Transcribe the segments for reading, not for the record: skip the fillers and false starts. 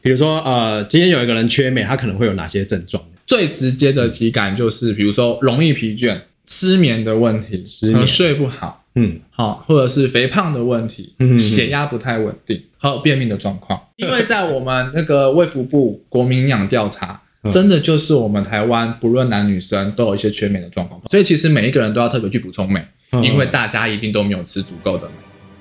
比如说今天有一个人缺镁，他可能会有哪些症状？ 最直接的体感就是比如说容易疲倦、失眠的问题，睡不好，或者是肥胖的问题，血压不太稳定，还有便秘的状况。因为在我们那个卫福部国民营养调查，真的就是我们台湾不论男女生都有一些缺镁的状况，所以其实每一个人都要特别去补充镁，因为大家一定都没有吃足够的镁。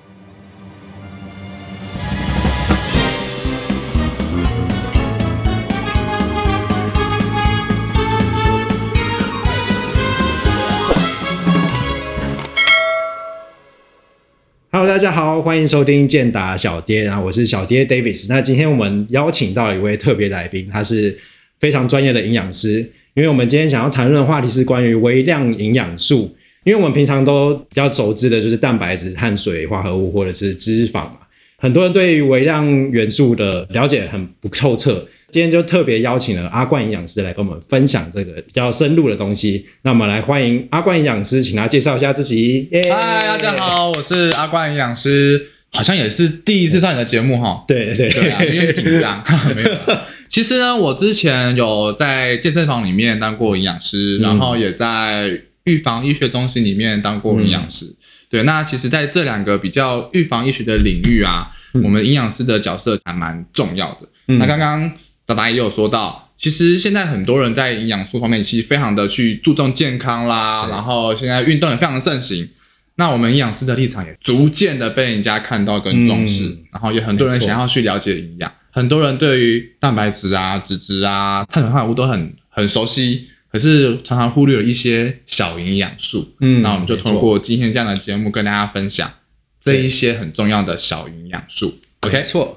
Hello， 大家好，欢迎收听健达小爹，然后我是小爹 Davis。那今天我们邀请到了一位特别来宾，他是非常专业的营养师。因为我们今天想要谈论的话题是关于微量营养素，因为我们平常都比较熟知的就是蛋白质、碳水化合物或者是脂肪嘛。很多人对于微量元素的了解很不透彻。今天就特别邀请了阿冠营养师来跟我们分享这个比较深入的东西。那我们来欢迎阿冠营养师，请他介绍一下自己。 嗨，大家好，我是阿冠营养师，好像也是第一次上你的节目哈。 对， 因为紧张。没有。其实呢，我之前有在健身房里面当过营养师，然后也在预防医学中心里面当过营养师。对，那其实在这两个比较预防医学的领域啊，我们营养师的角色还蛮重要的。那刚刚达达也有说到，其实现在很多人在营养素方面其实非常的去注重健康啦，然后现在运动也非常的盛行。那我们营养师的立场也逐渐的被人家看到跟重视，然后也很多人想要去了解营养。很多人对于蛋白质啊、脂质啊、碳水化合物都很熟悉，可是常常忽略了一些小营养素。那我们就通过今天这样的节目跟大家分享这一些很重要的小营养素。OK， 没错。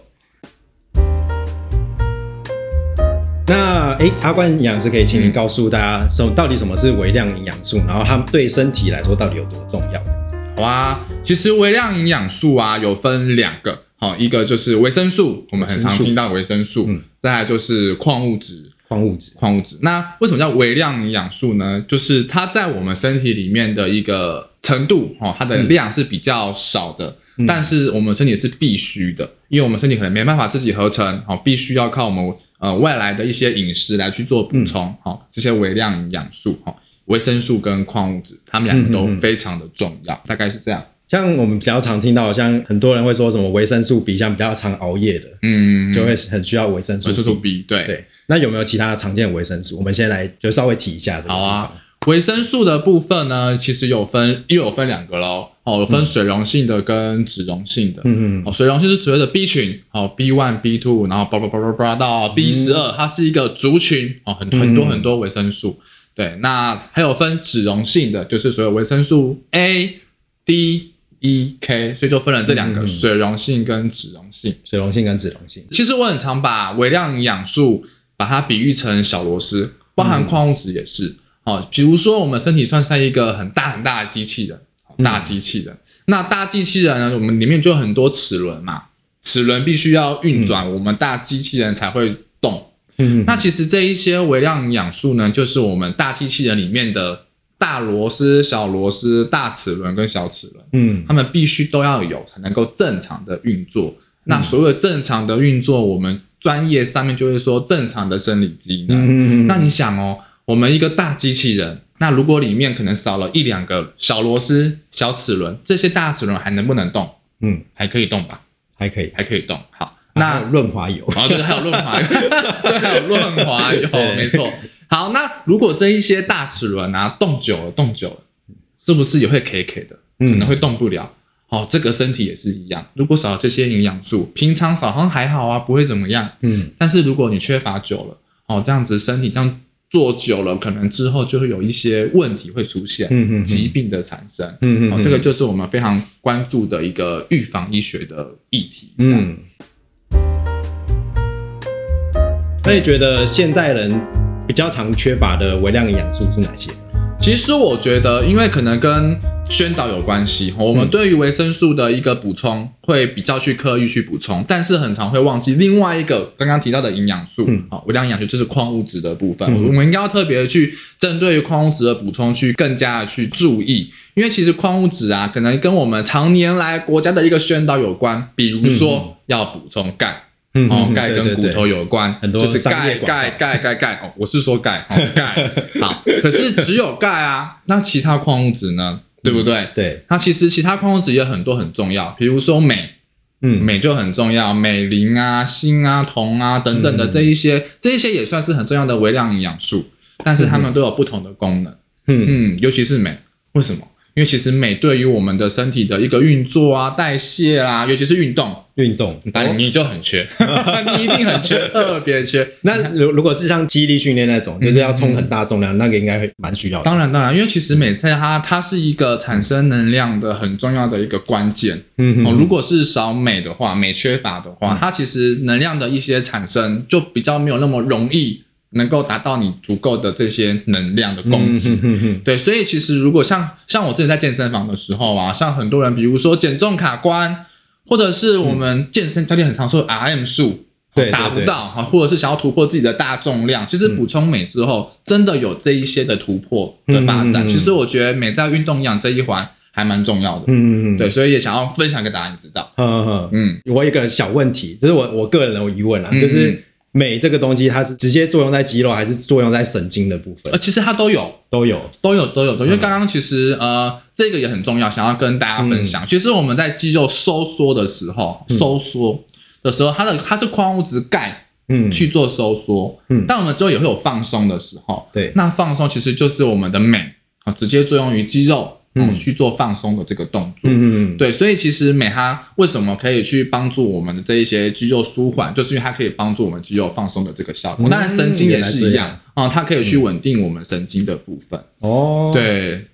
那阿冠营养师可以请你告诉大家到底什么是微量营养素，然后它们对身体来说到底有多重要？ 好啊，其实微量营养素啊有分两个，一个就是维生素，我们很常听到维生素，再来就是矿物质。那为什么叫微量营养素呢？就是它在我们身体里面的一个程度，它的量是比较少的，但是我们身体是必须的，因为我们身体可能没办法自己合成，必须要靠我们外来的一些饮食来去做补充，这些微量营养素，维生素跟矿物质，它们两个都非常的重要，大概是这样。 像我们比较常听到，像很多人会说什么维生素 B， 像比较常熬夜的，就会很需要维生素 B。对。 那有没有其他常见的维生素？我们先来就稍微提一下这个地方。 好啊，维生素的部分呢，其实又有分两个咯，有分水溶性的跟脂溶性的。水溶性是所谓的 B 群，B1、B2， 然后到 B12， 它是一个族群，很多维生素。对，那还有分脂溶性的，就是所有维生素 A、D、E、K， 所以就分了这两个，水溶性跟脂溶性。其实我很常把微量营养素把它比喻成小螺丝，包含矿物质也是。比如说我们身体算是一个很大的机器人，大机器人。那大机器人呢，我们里面就有很多齿轮嘛，齿轮必须要运转，我们大机器人才会动。那其实这一些微量营养素呢，就是我们大机器人里面的大螺丝、小螺丝、大齿轮跟小齿轮，它们必须都要有才能够正常的运作。那所谓的正常的运作，我们专业上面就会说正常的生理机能。那你想我们一个大机器人，那如果里面可能少了一两个小螺丝、小齿轮，这些大齿轮还能不能动？还可以动吧？还可以动。好，那润滑油， 对，还有润滑油，对，还有润滑油，没错。好，那如果这一些大齿轮啊动久了，是不是也会 K 的？可能会动不了。这个身体也是一样，如果少了这些营养素，平常少好像还好啊，不会怎么样。但是如果你缺乏久了，这样子身体这样做久了，可能之后就会有一些问题会出现，疾病的产生。这个就是我们非常关注的一个预防医学的议题。 那你觉得现代人比较常缺乏的微量营养素是哪些？ 其实我觉得，因为可能跟宣导有关系，我们对于维生素的一个补充会比较去刻意去补充，但是很常会忘记另外一个刚刚提到的营养素，微量营养素就是矿物质的部分。我们应该要特别的去针对于矿物质的补充去更加的去注意，因为其实矿物质啊，可能跟我们常年来国家的一个宣导有关，比如说要补充钙。 钙跟骨头有关， 很多就是钙，我是说钙，钙。好，可是只有钙啊，那其他矿物质呢？对不对？ 对， 那其实其他矿物质也很多很重要，比如说镁。镁就很重要，镁、磷啊、锌啊、铜啊等等的这一些也算是很重要的微量营养素，但是它们都有不同的功能。尤其是镁，为什么？因为其实镁对于我们的身体的一个运作啊、代谢啊，尤其是运动，你就很缺，你一定很缺，特别缺。 那如果是像肌力训练那种，就是要冲很大重量，那个应该会蛮需要的。 当然，因为其实镁它是一个产生能量的很重要的一个关键。如果是少镁的话，镁缺乏的话，它其实能量的一些产生就比较没有那么容易能够达到你足够的这些能量的供给。对，所以其实如果像我之前在健身房的时候啊，像很多人比如说减重卡关，或者是我们健身教练很常说 RM 数达不到，或者是想要突破自己的大重量，其实补充镁之后真的有这一些的突破的发展。其实我觉得镁在运动营养这一环还蛮重要的。对，所以也想要分享给大家知道。 我有一个小问题，这是我个人的疑问啦，就是镁这个东西，它是直接作用在肌肉，还是作用在神经的部分？ 其实它都有。因为刚刚其实这个也很重要，想要跟大家分享。其实我们在肌肉收缩的时候，它是矿物质钙去做收缩。但我们之后也会有放松的时候。对，那放松其实就是我们的镁直接作用于肌肉。去做放松的这个动作。对，所以其实镁它为什么可以去帮助我们的这一些肌肉舒缓，就是因为它可以帮助我们肌肉放松的这个效果。当然神经也是一样它可以去稳定我们神经的部分。对。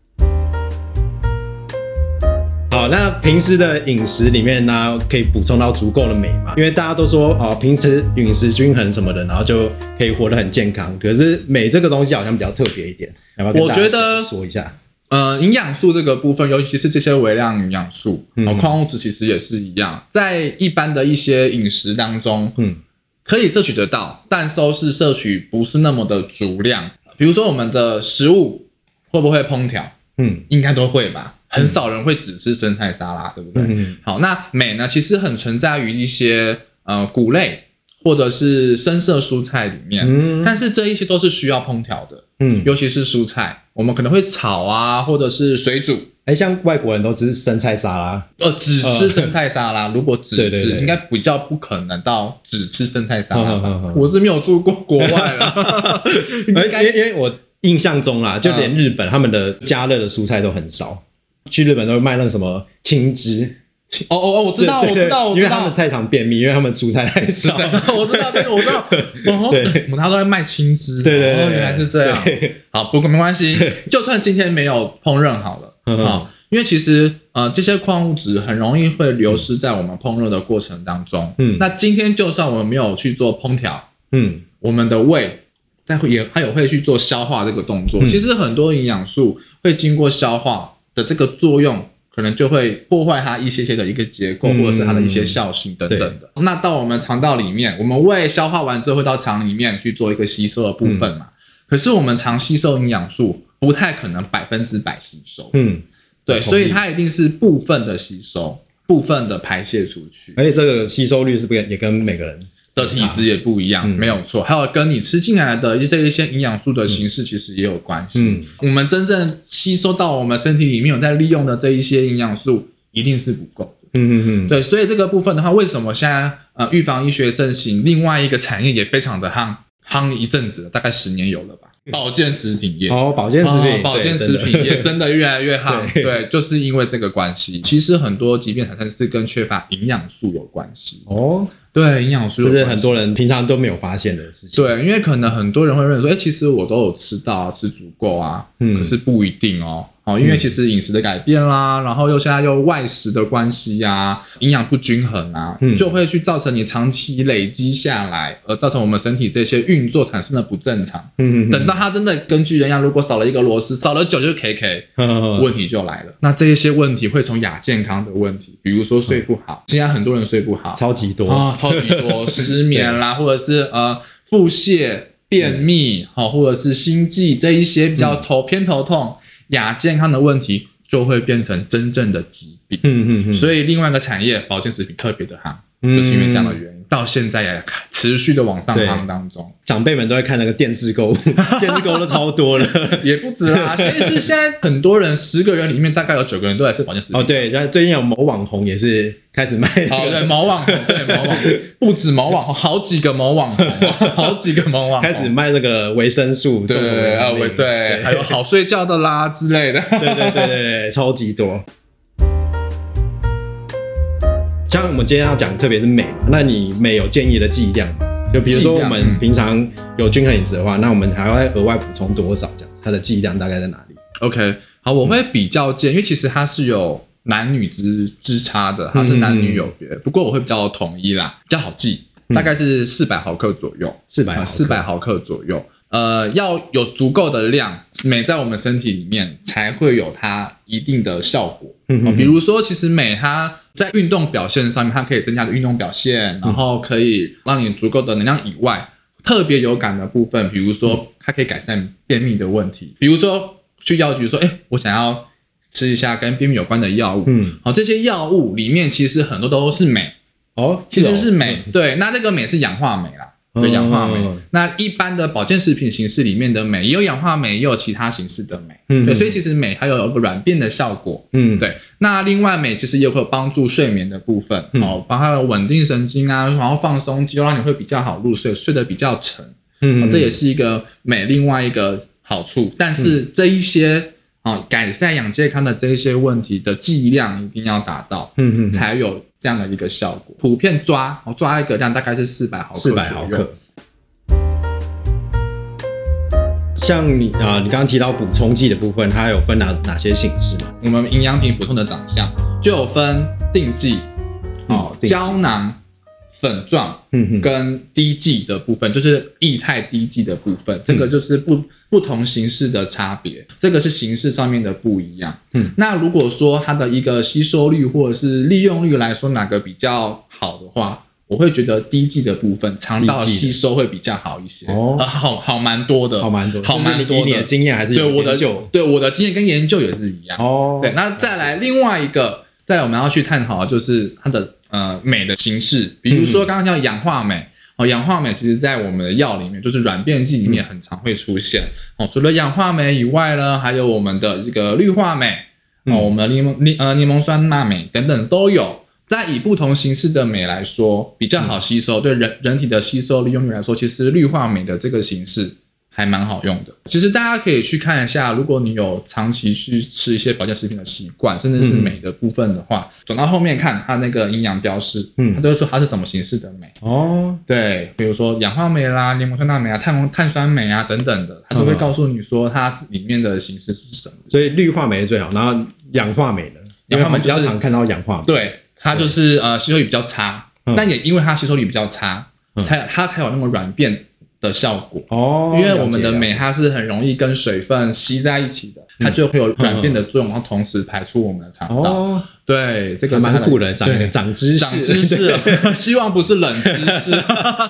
好，那平时的饮食里面呢，可以补充到足够的镁吗？因为大家都说平时饮食均衡什么的，然后就可以活得很健康。可是镁这个东西好像比较特别一点，要不要跟大家我觉得说一下？ 营养素这个部分，尤其是这些微量营养素，矿物质其实也是一样，在一般的一些饮食当中，可以摄取得到，但是摄取不是那么的足量。比如说我们的食物会不会烹调？应该都会吧。很少人会只吃生菜沙拉，对不对？好，那镁呢，其实很存在于一些谷类或者是深色蔬菜里面，但是这一些都是需要烹调的。尤其是蔬菜，我们可能会炒啊，或者是水煮。 像外国人都吃生菜沙拉， 只吃生菜沙拉。如果只吃，应该比较不可能到只吃生菜沙拉吧。我是没有住过国外啦， 因为我印象中啦，就连日本他们的加热的蔬菜都很少，去日本都会卖那个什么青汁。 我知道， 因为他们太常便秘，因为他们蔬菜太少。 我知道这个，我知道。他都在卖青汁。 对， 原来是这样。好，不过没关系，就算今天没有烹饪好了，因为其实这些矿物质很容易会流失在我们烹饪的过程当中。那今天就算我们没有去做烹调，我们的胃它也会去做消化这个动作。其实很多营养素会经过消化的这个作用。可能就会破坏它一些的一个结构，或者是它的一些效性等等的。那到我们肠道里面，我们胃消化完之后会到肠里面去做一个吸收的部分嘛。可是我们常吸收营养素不太可能100%吸收。对，所以它一定是部分的吸收，部分的排泄出去。 而且这个吸收率是不是也跟每个人的体质也不一样，没有错。还有跟你吃进来的这一些营养素的形式其实也有关系。我们真正吸收到我们身体里面有在利用的这一些营养素一定是不够的。对，所以这个部分的话，为什么现在预防医学盛行，另外一个产业也非常的夯一阵子了，大概10年有了吧。保健食品业保健食品业真的越来越夯。对，就是因为这个关系。其实很多疾病产生是跟缺乏营养素有关系。对，营养素这是很多人平常都没有发现的事情。 对，因为可能很多人会认为说，其实我都有吃到吃足够啊，可是不一定因为其实饮食的改变啦，然后现在又外食的关系啊，营养不均衡啊，就会去造成你长期累积下来，而造成我们身体这些运作产生的不正常。等到它真的跟巨人一样，如果少了一个螺丝，少了9就 KK， 问题就来了。那这些问题会从亚健康的问题，比如说睡不好，现在很多人睡不好， 超级多， 失眠啦，或者是腹泻、便秘，或者是心悸这一些比较偏头痛。亚健康的问题就会变成真正的疾病。所以另外一个产业保健食品特别的夯，就是因为这样的原因。 到现在也持续的往上夯当中。 长辈们都在看那个电视购物，电视购物都超多了， 也不止啦。现在很多人10个人里面大概有9个人都在吃保健食品。 对，最近有某网红也是开始卖对，某网红，不止某网红，好几个某网红， 开始卖那个维生素， 对，还有好睡觉的啦之类的， 对，超级多。像我们今天要讲，特别是镁，那你镁有建议的剂量吗？就比如说我们平常有均衡饮食的话，那我们还要额外补充多少？这样子，它的剂量大概在哪里 ？OK， 好，我会比较建议，因为其实它是有男女之差的，它是男女有别。不过我会比较统一啦，比较好记，大概是400毫克左右，400毫克左右。要有足够的量，镁在我们身体里面才会有它一定的效果。比如说，其实镁它在运动表现上面，它可以增加运动表现，然后可以让你足够的能量以外，特别有感的部分，比如说它可以改善便秘的问题。比如说去药局说，我想要吃一下跟便秘有关的药物，这些药物里面其实很多都是镁，其实是镁，对，那这个镁是氧化镁啦。对，氧化镁。那一般的保健食品形式里面的镁，也有氧化镁，也有其他形式的镁。对，所以其实镁还有一个软便的效果。对。那另外镁其实也会有帮助睡眠的部分，帮它稳定神经啊，然后放松肌肉，让你会比较好入睡，睡得比较沉。这也是一个镁另外一个好处。但是这一些改善养健康的这一些问题的剂量一定要达到，才有这样的一个效果。普遍抓一个量大概是400毫克左右。 像你刚刚提到补充剂的部分，它有分哪些形式吗？ 我们营养品补充的长相就有分定剂、胶囊、粉状跟滴剂的部分，就是液态滴剂的部分，这个就是不同形式的差别，这个是形式上面的不一样。那如果说它的一个吸收率或者是利用率来说哪个比较好的话，我会觉得滴剂的部分肠道吸收会比较好一些。好蛮多的， 以你的经验还是有研究？ 对，我的经验跟研究也是一样。对，那再来另外一个，再来我们要去探讨的就是它的镁的形式，比如说刚刚讲氧化镁。氧化镁其实在我们的药里面，就是软便剂里面很常会出现。除了氧化镁以外呢，还有我们的这个氯化镁，我们的柠檬酸钠镁等等都有。在以不同形式的镁来说，比较好吸收，对人体的吸收利用率来说，其实氯化镁的这个形式还蛮好用的。其实大家可以去看一下，如果你有长期去吃一些保健食品的习惯，甚至是镁的部分的话，走到后面看它那个营养标示，它都会说它是什么形式的镁。对，比如说氧化镁啦、柠檬酸钠镁啊、碳酸镁啊等等的，它都会告诉你说它里面的形式是什么。 所以氯化镁是最好，然后氧化镁呢？氧化镁比较常看到氧化镁。 对，它就是吸收率比较差，但也因为它吸收率比较差，它才有那么软便的效果。因为我们的镁它是很容易跟水分吸在一起的，它就会有软便的作用，然后同时排出我们的肠道。对，这个蛮酷的，长知识， 希望不是冷知识。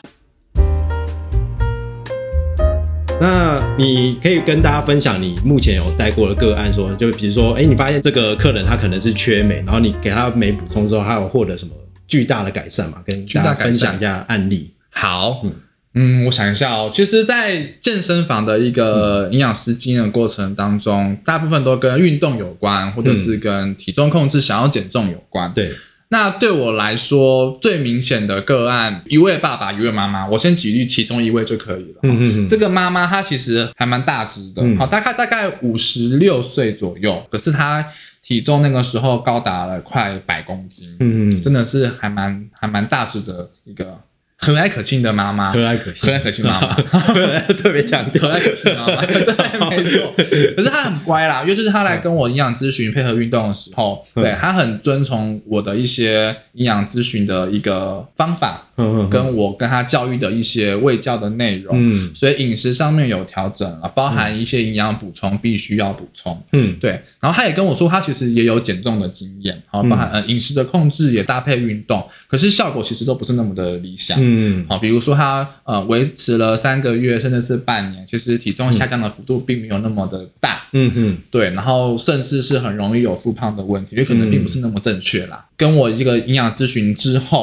那你可以跟大家分享你目前有带过的个案说，就比如说你发现这个客人他可能是缺镁，然后你给他镁补充之后，他有获得什么巨大的改善吗？跟大家分享一下案例。 好，我想一下其实在健身房的一个营养师经验的过程当中，大部分都跟运动有关，或者是跟体重控制想要减重有关。 对。 那对我来说最明显的个案，一位爸爸一位妈妈，我先举例其中一位就可以了。这个妈妈她其实还蛮大只的，大概56岁左右，可是她体重那个时候高达了快100公斤，真的是还蛮大只的一个和蔼可亲的妈妈， 和蔼可亲妈妈，特别强调和蔼可亲妈妈，对，没错。可是她很乖啦，因为就是她来跟我营养咨询配合运动的时候，对，她很遵从我的一些营养咨询的一个方法，跟我跟她教育的一些卫教的内容，所以饮食上面有调整了，包含一些营养补充必须要补充，对。然后她也跟我说，她其实也有减重的经验，包含饮食的控制也搭配运动，可是效果其实都不是那么的理想。比如说他维持了3个月甚至是半年，其实体重下降的幅度并没有那么的大，对，然后甚至是很容易有复胖的问题，因为可能并不是那么正确啦。跟我一个营养咨询之后，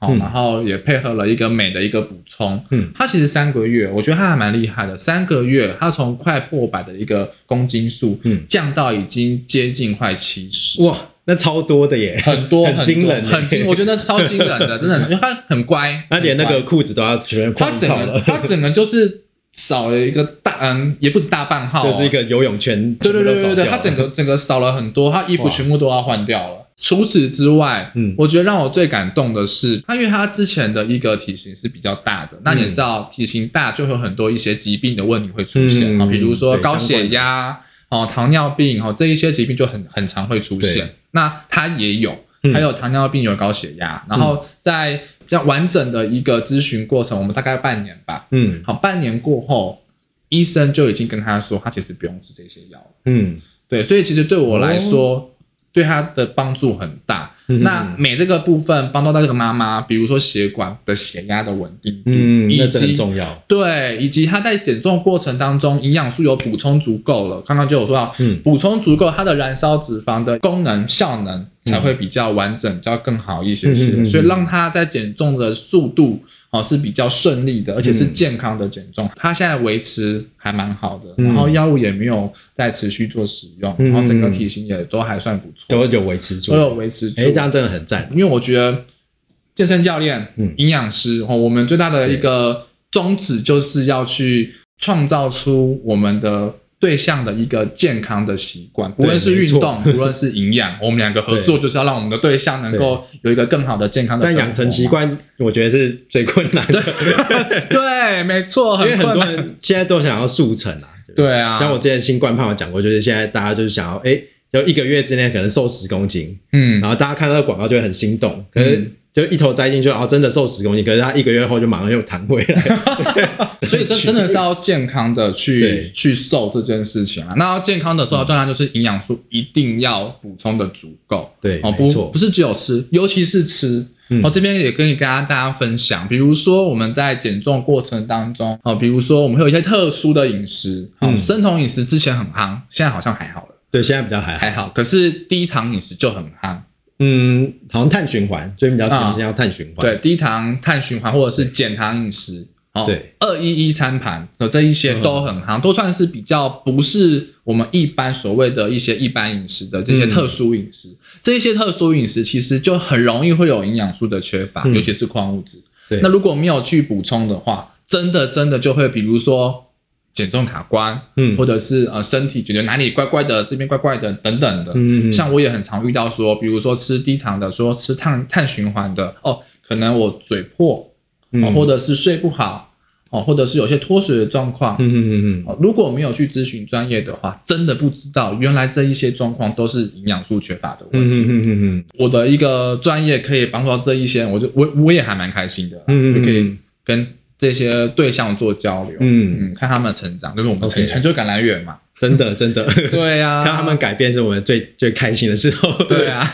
然后也配合了一个镁的一个补充，它其实3个月，我觉得它还蛮厉害的，3个月它从快破百的一个公斤数，降到已经接近快70， 哇，那超多的耶， 很多很惊人， 很惊，我觉得超惊人的，真的，因为它很乖， 他连那个裤子都要全框套了， 它整个就是少了一个也不止大半号， 就是一个游泳圈， 对，它整个少了很多，它衣服全部都要换掉了。除此之外，我觉得让我最感动的是，因为他之前的一个体型是比较大的，那你知道体型大就会有很多一些疾病的问题会出现，比如说高血压、糖尿病这一些疾病就很常会出现。那他也有，还有糖尿病，有高血压，然后在这样完整的一个咨询过程，我们大概半年吧，半年过后，医生就已经跟他说，他其实不用吃这些药了，对，所以其实对我来说。对他的帮助很大。那镁这个部分帮到这个妈妈，比如说血管的血压的稳定度， 那真的很重要。 对，以及他在减重过程当中，营养素有补充足够了。刚刚就有说到，补充足够，它的燃烧脂肪的功能效能才会比较完整，比较更好一些些。所以让他在减重的速度是比较顺利的，而且是健康的减重。他现在维持还蛮好的，然后药物也没有再持续做使用，然后整个体型也都还算不错， 都有维持住。这样真的很赞。 因为我觉得健身教练、营养师，我们最大的一个宗旨就是要去创造出我们的对象的一个健康的习惯，无论是运动，无论是营养，我们两个合作就是要让我们的对象能够有一个更好的健康的生活。 但养成习惯，我觉得是最困难的。 对，没错， 因为很多人现在都想要速成啊。 对啊， 像我之前新冠胖有讲过，就是现在大家就是想要就1个月之内可能瘦10公斤，然后大家看到广告就会很心动，可是就一头栽进去，真的瘦10公斤，可是他1个月后就马上又弹回来。 所以这真的是要健康的去瘦这件事情啊。那要健康的瘦，当然就是营养素一定要补充的足够。 对，没错， 不是只有吃，尤其是吃。这边也跟大家分享，比如说我们在减重过程当中，比如说我们会有一些特殊的饮食，生酮饮食之前很夯，现在好像还好了。 对，现在比较还好， 可是低糖饮食就很夯。 好像碳循环，所以比较常见要碳循环。 对，低糖、碳循环或者是减糖饮食， 对 211餐盘这一些都很夯，都算是比较不是我们一般所谓的一些一般饮食的这些特殊饮食。这些特殊饮食其实就很容易会有营养素的缺乏，尤其是矿物质。那如果没有去补充的话，真的就会比如说减重卡关，或者是身体觉得哪里怪怪的，这边怪怪的等等的。像我也很常遇到说，比如说吃低糖的，说吃碳循环的，可能我嘴破，或者是睡不好，或者是有些脱水的状况。如果没有去咨询专业的话，真的不知道原来这一些状况都是营养素缺乏的问题。我的一个专业可以帮助到这一些，我也还蛮开心的，就可以跟这些对象做交流，看他们成长，就是我们成就感来源嘛。 真的， 对啊， 看他们改变是我们最开心的时候。 对啊。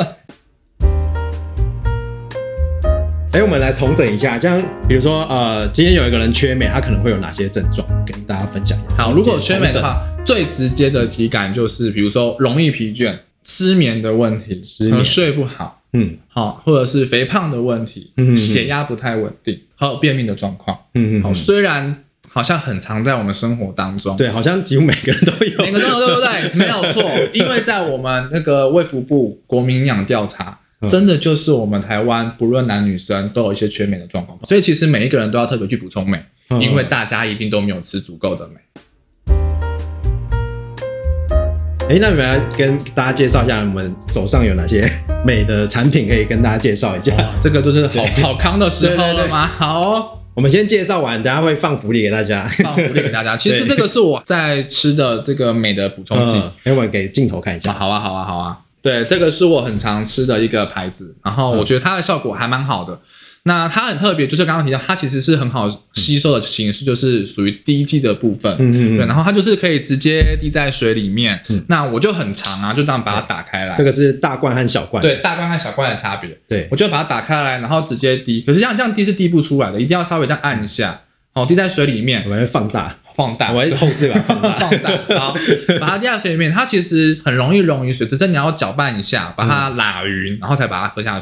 我们来统整一下，这样比如说今天有一个人缺镁，他可能会有哪些症状，跟大家分享一下。 好，如果缺镁的话，最直接的体感就是比如说容易疲倦、失眠的问题，睡不好，或者是肥胖的问题，血压不太稳定，还有便秘的状况。虽然好像很常在我们生活当中， 对，好像几乎每个人都有， 对不对？没有错，因为在我们那个卫福部国民营养调查，真的就是我们台湾不论男女生都有一些缺镁的状况，所以其实每一个人都要特别去补充镁，因为大家一定都没有吃足够的镁。 那你们来跟大家介绍一下，我们手上有哪些镁的产品可以跟大家介绍一下。 这个就是好康的时候了吗？好。 我们先介绍完，等一下会放福利给大家。 其实这个是我在吃的这个镁的补充剂， 我们给镜头看一下。 好啊。对，这个是我很常吃的一个牌子，然后我觉得它的效果还蛮好的。那它很特别，就是刚刚提到，它其实是很好吸收的形式，就是属于滴剂的部分。对，然后它就是可以直接滴在水里面。那我就很常啊，就当把它打开来。 这个是大罐和小罐。 对，大罐和小罐的差别。 对， 我就把它打开来，然后直接滴。可是像这样滴是滴不出来的，一定要稍微这样按一下，滴在水里面。 我们会放大， 我会后置把它放大， 好，把它滴在水里面。它其实很容易溶于水，只是你要搅拌一下，把它拉匀，然后才把它喝下去。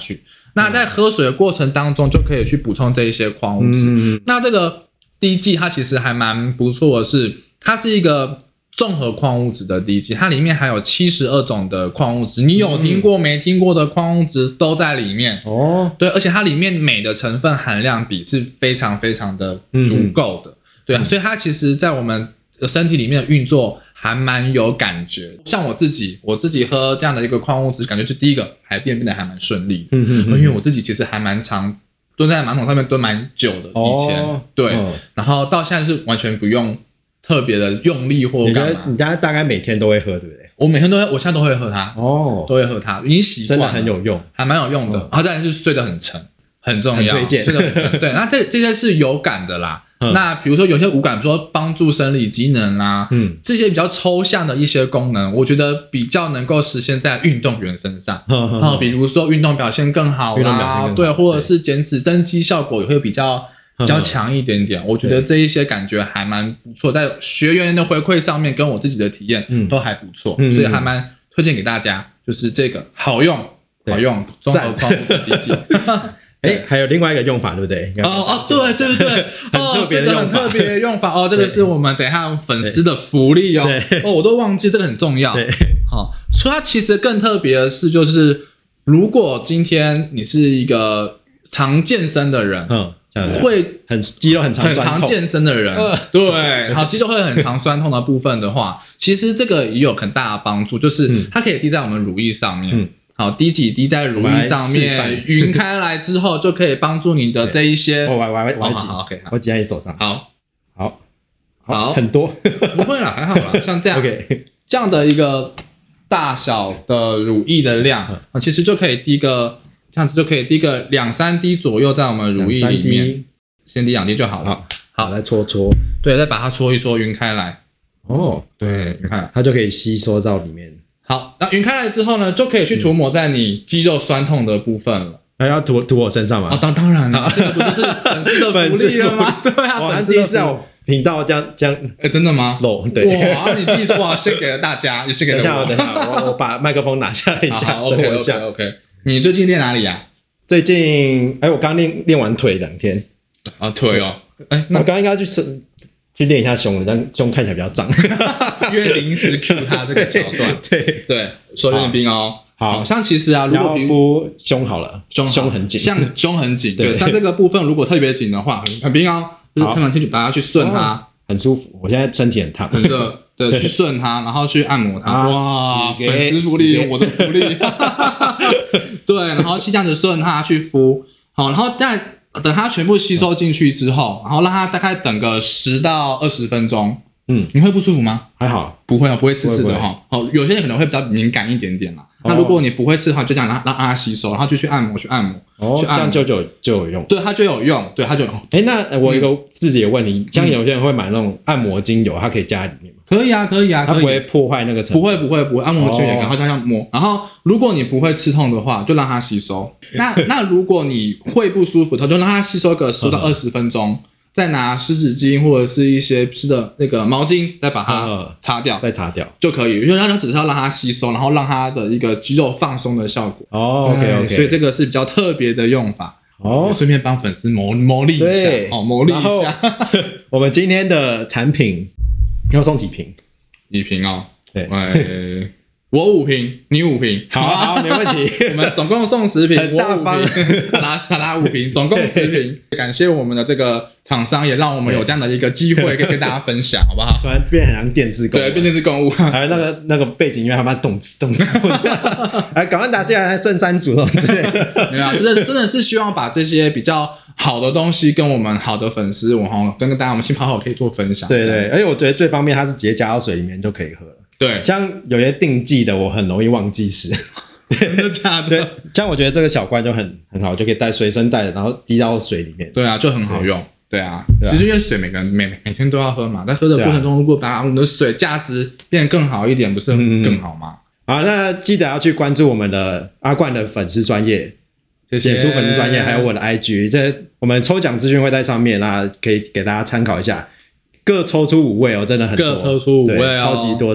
那在喝水的过程当中就可以去补充这一些矿物质。那这个滴剂它其实还蛮不错的是，它是一个综合矿物质的滴剂，它里面还有72种的矿物质，你有听过没听过的矿物质都在里面哦。对，而且它里面镁的成分含量比是非常非常的足够的。对啊，所以它其实在我们身体里面的运作还蛮有感觉。像我自己喝这样的一个矿物质，感觉就第一个排便变得还蛮顺利的。因为我自己其实还蛮常蹲在马桶上面蹲蛮久的，以前对，然后到现在是完全不用特别的用力或干嘛。 你家大概每天都会喝，对不对？ 我每天都会，我现在都会喝它哦，都会喝它，已经习惯了， 真的很有用， 还蛮有用的。然后再来是睡得很沉，很重要， 很推荐睡得很沉。对，那这些是有感的啦。那比如说有些无感，比如说帮助生理机能啦，这些比较抽象的一些功能，我觉得比较能够实现在运动员身上。比如说运动表现更好啦，对，或者是减脂增肌效果也会比较强一点点。我觉得这一些感觉还蛮不错，在学员的回馈上面跟我自己的体验都还不错，所以还蛮推荐给大家，就是这个好用综合矿物质滴剂。 还有另外一个用法，对不对？ 对， 很特别的用法， 这个很特别的用法哦，这个是我们等一下粉丝的福利哦。我都忘记这个很重要。所以它其实更特别的是，就是如果今天你是一个常健身的人，会肌肉很常健身的人，对，好，肌肉会很常酸痛的部分的话，其实这个也有很大的帮助，就是它可以滴在我们乳液上面。好，滴几滴在乳液上面，匀开来之后，就可以帮助你的这一些。 我挤在你手上。 好， 很多， 不会啦，还好啦。像这样，这样的一个大小的乳液的量，其实就可以滴个，这样子就可以滴个2-3滴左右在我们乳液里面，先滴2滴就好了。 好，再搓， 对，再把它搓一搓，匀开来。对，你看， 它就可以吸收到里面。 好，那匀开来之后呢，就可以去涂抹在你肌肉酸痛的部分了。 还要涂我身上吗？ 当然了，这个不就是粉丝的福利了吗？对啊， 我第一次在我频道这样， 真的吗？ 对， 哇，你第一次献给了大家，也献给了我。 等一下，我把麦克风拿下来一下。 好 ，OK。你最近练哪里呀？ 最近，我刚练完腿2天。 腿哦， 我刚刚应该去练一下胸，这样胸看起来比较胀。 因为临时 Q 他这个桥段，对，说有点冰哦。好像其实啊，如果敷胸好了，胸很紧， 像胸很紧，对，像这个部分如果特别紧的话，很冰哦，就是看完天去把它去顺它， 很舒服。我现在身体很烫， 对，去顺它，然后去按摩它。哇，粉丝福利，我的福利。对，然后去这样子顺它去敷，好，然后再等它全部吸收进去之后，然后让它大概等个10到20分钟。你会不舒服吗？ 还好， 不会不会刺的哈。有些人可能会比较敏感一点点啦。那如果你不会刺的话，就这样让它吸收，然后就去按摩，去按摩， 这样就有用。 对，它就有用，对，它就有。 那我有一个自己的问题，像有些人会买那种按摩精油，它可以加在里面吗？ 可以啊， 它不会破坏那个成分。 不会，按摩精油然后这样摸。然后如果你不会刺痛的话，就让它吸收。那如果你会不舒服，就让它吸收个10到20分钟。再拿湿纸巾或者是一些湿的那个毛巾，再把它擦掉， 再擦掉就可以。因为它只是要让它吸收，然后让它的一个肌肉放松的效果。 OK， 所以这个是比较特别的用法。顺便帮粉丝谋利一下，谋利一下。 我们今天的产品要送几瓶 ？1瓶哦。 对。 我5瓶，你5瓶， 好，没问题。 我们总共送10瓶， 很大方。 他拿5瓶，总共10瓶。感谢我们的这个厂商，也让我们有这样的一个机会，可以跟大家分享，好不好？ 突然变很像电视购物， 对，变电视购物。 还有那个背景音乐，他妈动词，哎，赶快打进来，剩3组之类的。 没有，真的是希望把这些比较好的东西跟我们好的粉丝，跟大家我们新跑好可以做分享。 对，而且我觉得最方便，它是直接加到水里面就可以喝了。 对， 像有些定剂的，我很容易忘记吃。 真的假的？ 对，像我觉得这个小罐就很好，就可以随身带，然后滴到水里面。 对啊，就很好用。对啊，其实因为水每个人每天都要喝嘛，在喝的过程中，如果把我们的水价值变得更好一点，不是更好吗？ 好，那记得要去关注我们的阿冠的粉丝专页，脸书粉丝专页，还有我的 IG， 这我们抽奖资讯会在上面，那可以给大家参考一下。各抽出5位哦，真的很多， 各抽出5位哦， 超级多的。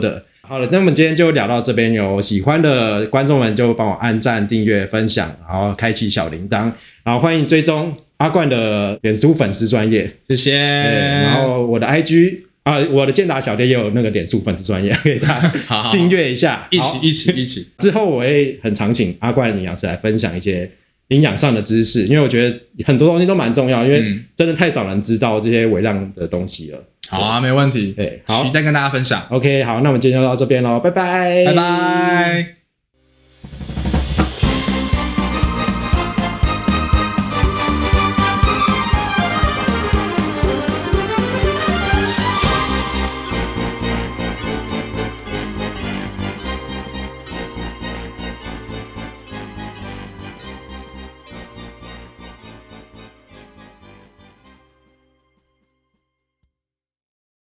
好了，那我们今天就聊到这边，有喜欢的观众们就帮我按赞、订阅、分享，然后开启小铃铛，然后欢迎追踪阿冠的脸书粉丝专页， 谢谢。 然后我的 IG 我的健达小爹也有那个脸书粉丝专页，给大家订阅一下， 一起。 之后我会很常请阿冠的营养师来分享一些营养上的知识，因为我觉得很多东西都蛮重要，因为真的太少人知道这些微量的东西了。 好啊，没问题。 对，好， 期待跟大家分享。 OK， 好，那我们今天就到这边咯，拜拜， 拜拜。